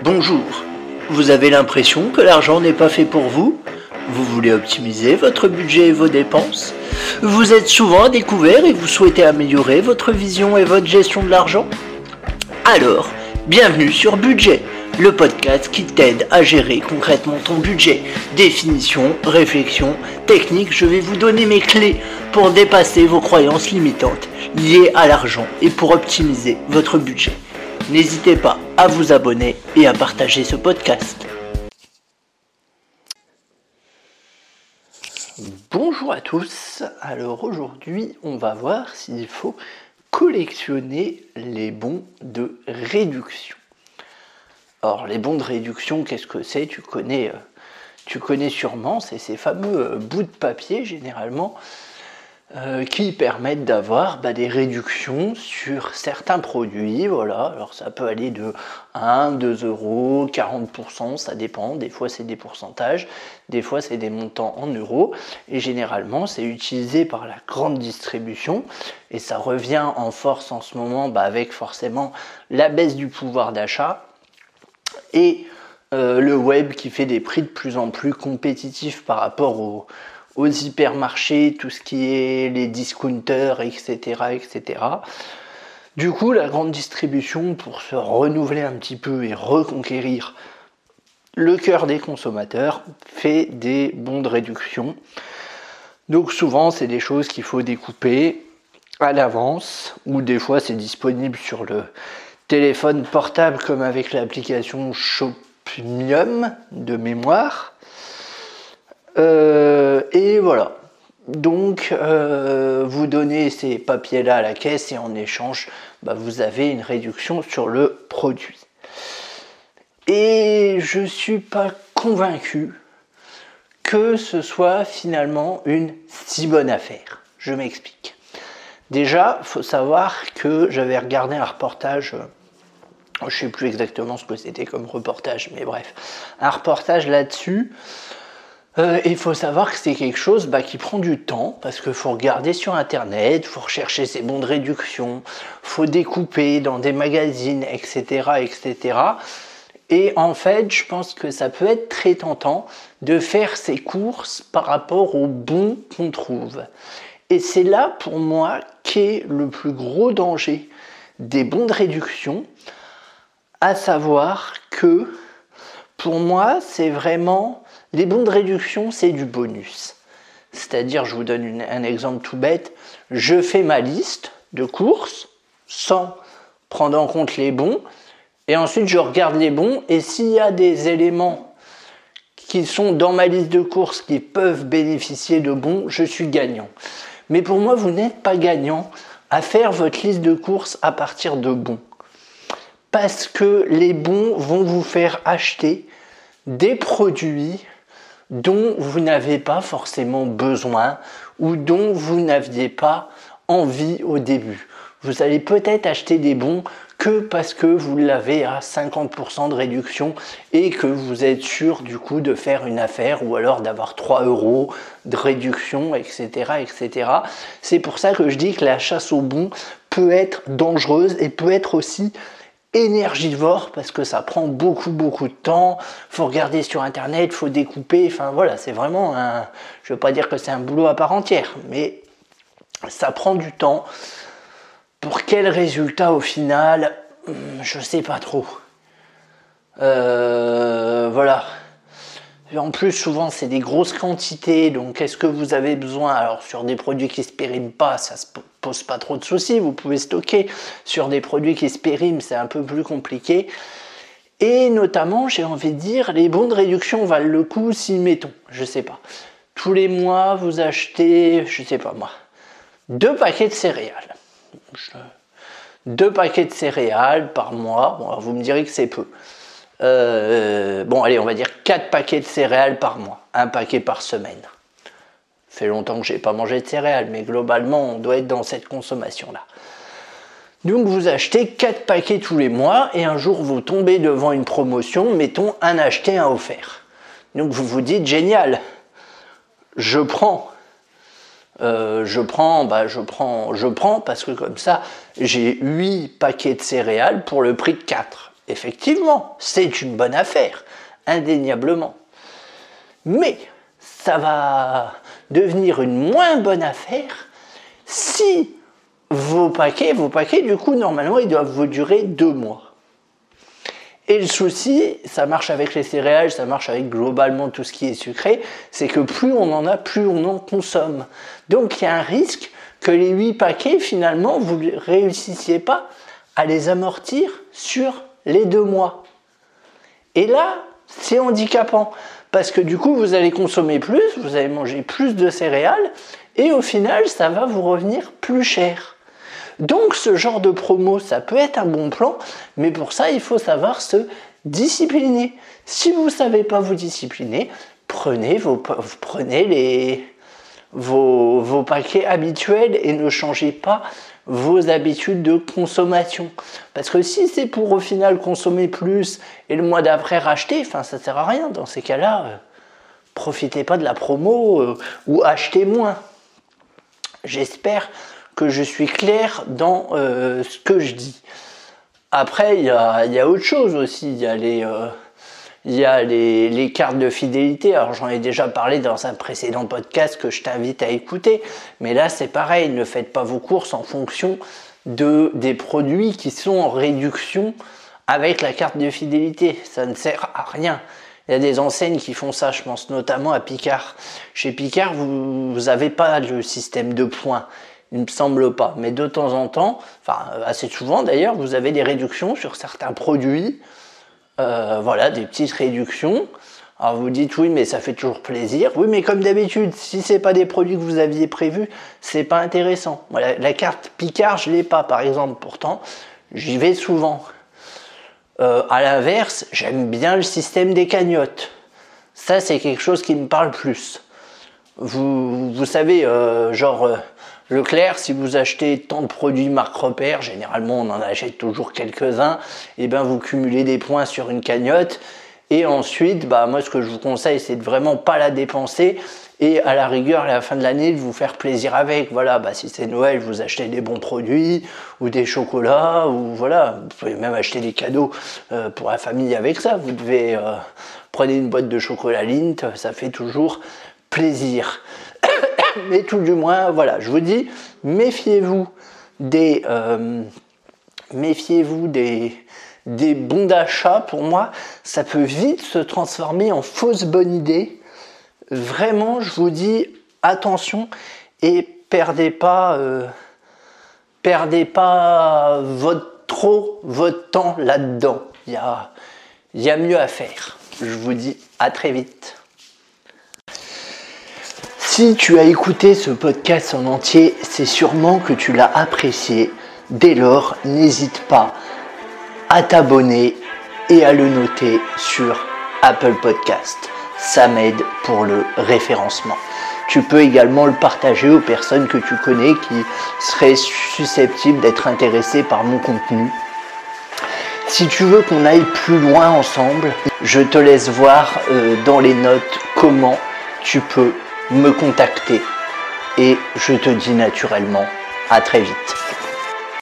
Bonjour, vous avez l'impression que l'argent n'est pas fait pour vous? Vous voulez optimiser votre budget et vos dépenses? Vous êtes souvent à découvert et vous souhaitez améliorer votre vision et votre gestion de l'argent? Alors, bienvenue sur Budget, le podcast qui t'aide à gérer concrètement ton budget. Définition, réflexion, technique, je vais vous donner mes clés pour dépasser vos croyances limitantes liées à l'argent et pour optimiser votre budget. N'hésitez pas à vous abonner et à partager ce podcast. Bonjour à tous, alors aujourd'hui on va voir s'il faut collectionner les bons de réduction. Alors les bons de réduction, qu'est-ce que c'est? Tu connais sûrement, c'est ces fameux bouts de papier généralement qui permettent d'avoir des réductions sur certains produits, voilà. Alors ça peut aller de 1, 2 euros, 40%, ça dépend, des fois c'est des pourcentages, des fois c'est des montants en euros, et généralement c'est utilisé par la grande distribution, et ça revient en force en ce moment avec forcément la baisse du pouvoir d'achat, et le web qui fait des prix de plus en plus compétitifs par rapport aux hypermarchés, tout ce qui est les discounters, etc., etc. Du coup, la grande distribution, pour se renouveler un petit peu et reconquérir le cœur des consommateurs, fait des bons de réduction. Donc souvent, c'est des choses qu'il faut découper à l'avance, ou des fois c'est disponible sur le téléphone portable comme avec l'application Shopium de mémoire. Et voilà, donc vous donnez ces papiers-là à la caisse et en échange, vous avez une réduction sur le produit. Et je ne suis pas convaincu que ce soit finalement une si bonne affaire. Je m'explique. Déjà, il faut savoir que j'avais regardé un reportage, je ne sais plus exactement ce que c'était comme reportage, mais bref, un reportage là-dessus. Il faut savoir que c'est quelque chose qui prend du temps, parce qu'il faut regarder sur internet, il faut rechercher ses bons de réduction, il faut découper dans des magazines, etc., etc. Et en fait, je pense que ça peut être très tentant de faire ses courses par rapport aux bons qu'on trouve. Et c'est là, pour moi, qu'est le plus gros danger des bons de réduction, à savoir que, pour moi, c'est vraiment... Les bons de réduction, c'est du bonus. C'est-à-dire, je vous donne un exemple tout bête, je fais ma liste de courses sans prendre en compte les bons, et ensuite je regarde les bons, et s'il y a des éléments qui sont dans ma liste de courses qui peuvent bénéficier de bons, je suis gagnant. Mais pour moi, vous n'êtes pas gagnant à faire votre liste de courses à partir de bons. Parce que les bons vont vous faire acheter des produits dont vous n'avez pas forcément besoin ou dont vous n'aviez pas envie au début. Vous allez peut-être acheter des bons que parce que vous l'avez à 50% de réduction et que vous êtes sûr du coup de faire une affaire ou alors d'avoir 3 euros de réduction, etc., etc. C'est pour ça que je dis que la chasse aux bons peut être dangereuse et peut être aussi énergivore parce que ça prend beaucoup de temps, faut regarder sur internet, faut découper, enfin voilà, c'est vraiment je veux pas dire que c'est un boulot à part entière, mais ça prend du temps. Pour quel résultat au final, je sais pas trop. Voilà. En plus, souvent, c'est des grosses quantités, donc est-ce que vous avez besoin? Alors, sur des produits qui ne se périment pas, ça ne se pose pas trop de soucis, vous pouvez stocker. Sur des produits qui se périment, c'est un peu plus compliqué. Et notamment, j'ai envie de dire, les bons de réduction valent le coup si, mettons, je sais pas, tous les mois, vous achetez, je sais pas moi, 2 paquets de céréales. 2 paquets de céréales par mois, bon, alors vous me direz que c'est peu. Allez, on va dire 4 paquets de céréales par mois, 1 paquet par semaine. Ça fait longtemps que je n'ai pas mangé de céréales, mais globalement, on doit être dans cette consommation-là. Donc, vous achetez 4 paquets tous les mois, et un jour, vous tombez devant une promotion, mettons un acheté, un offert. Donc, vous vous dites, génial, je prends parce que comme ça, j'ai 8 paquets de céréales pour le prix de 4. effectivement, c'est une bonne affaire, indéniablement. Mais ça va devenir une moins bonne affaire si vos paquets, du coup, normalement, ils doivent vous durer 2 mois. Et le souci, ça marche avec les céréales, ça marche avec globalement tout ce qui est sucré, c'est que plus on en a, plus on en consomme. Donc il y a un risque que les 8 paquets, finalement, vous ne réussissiez pas à les amortir sur les 2 mois. Et là, c'est handicapant, parce que du coup, vous allez consommer plus, vous allez manger plus de céréales, et au final, ça va vous revenir plus cher. Donc ce genre de promo, ça peut être un bon plan, mais pour ça, il faut savoir se discipliner. Si vous ne savez pas vous discipliner, prenez vos paquets habituels et ne changez pas vos habitudes de consommation. Parce que si c'est pour au final consommer plus et le mois d'après racheter, ça ne sert à rien. Dans ces cas-là, profitez pas de la promo ou achetez moins. J'espère que je suis clair dans ce que je dis. Après, il y a autre chose aussi. Il y a les cartes de fidélité. Alors, j'en ai déjà parlé dans un précédent podcast que je t'invite à écouter. Mais là, c'est pareil. Ne faites pas vos courses en fonction des produits qui sont en réduction avec la carte de fidélité. Ça ne sert à rien. Il y a des enseignes qui font ça. Je pense notamment à Picard. Chez Picard, vous n'avez pas le système de points. Il ne me semble pas, mais de temps en temps, assez souvent d'ailleurs, vous avez des réductions sur certains produits, des petites réductions. Alors vous dites oui, mais ça fait toujours plaisir. Oui, mais comme d'habitude, si c'est pas des produits que vous aviez prévus, c'est pas intéressant. Voilà, la carte Picard, je l'ai pas, par exemple. Pourtant, j'y vais souvent. À l'inverse, j'aime bien le système des cagnottes. Ça, c'est quelque chose qui me parle plus. Vous savez, Leclerc, si vous achetez tant de produits marque repère, généralement on en achète toujours quelques-uns, et bien vous cumulez des points sur une cagnotte, et ensuite, moi ce que je vous conseille, c'est de vraiment pas la dépenser, et à la rigueur, à la fin de l'année, de vous faire plaisir avec. Voilà, si c'est Noël, vous achetez des bons produits, ou des chocolats, ou voilà, vous pouvez même acheter des cadeaux pour la famille avec ça. Vous devez, prenez une boîte de chocolat Lindt, ça fait toujours plaisir. Mais tout du moins, voilà, je vous dis, méfiez-vous des bons d'achat. Pour moi, ça peut vite se transformer en fausse bonne idée. Vraiment, je vous dis, attention et perdez pas votre temps là-dedans. Il y a mieux à faire. Je vous dis à très vite. Si tu as écouté ce podcast en entier, c'est sûrement que tu l'as apprécié. Dès lors, n'hésite pas à t'abonner et à le noter sur Apple Podcast. Ça m'aide pour le référencement. Tu peux également le partager aux personnes que tu connais qui seraient susceptibles d'être intéressées par mon contenu. Si tu veux qu'on aille plus loin ensemble, je te laisse voir dans les notes comment tu peux me contacter et je te dis naturellement à très vite.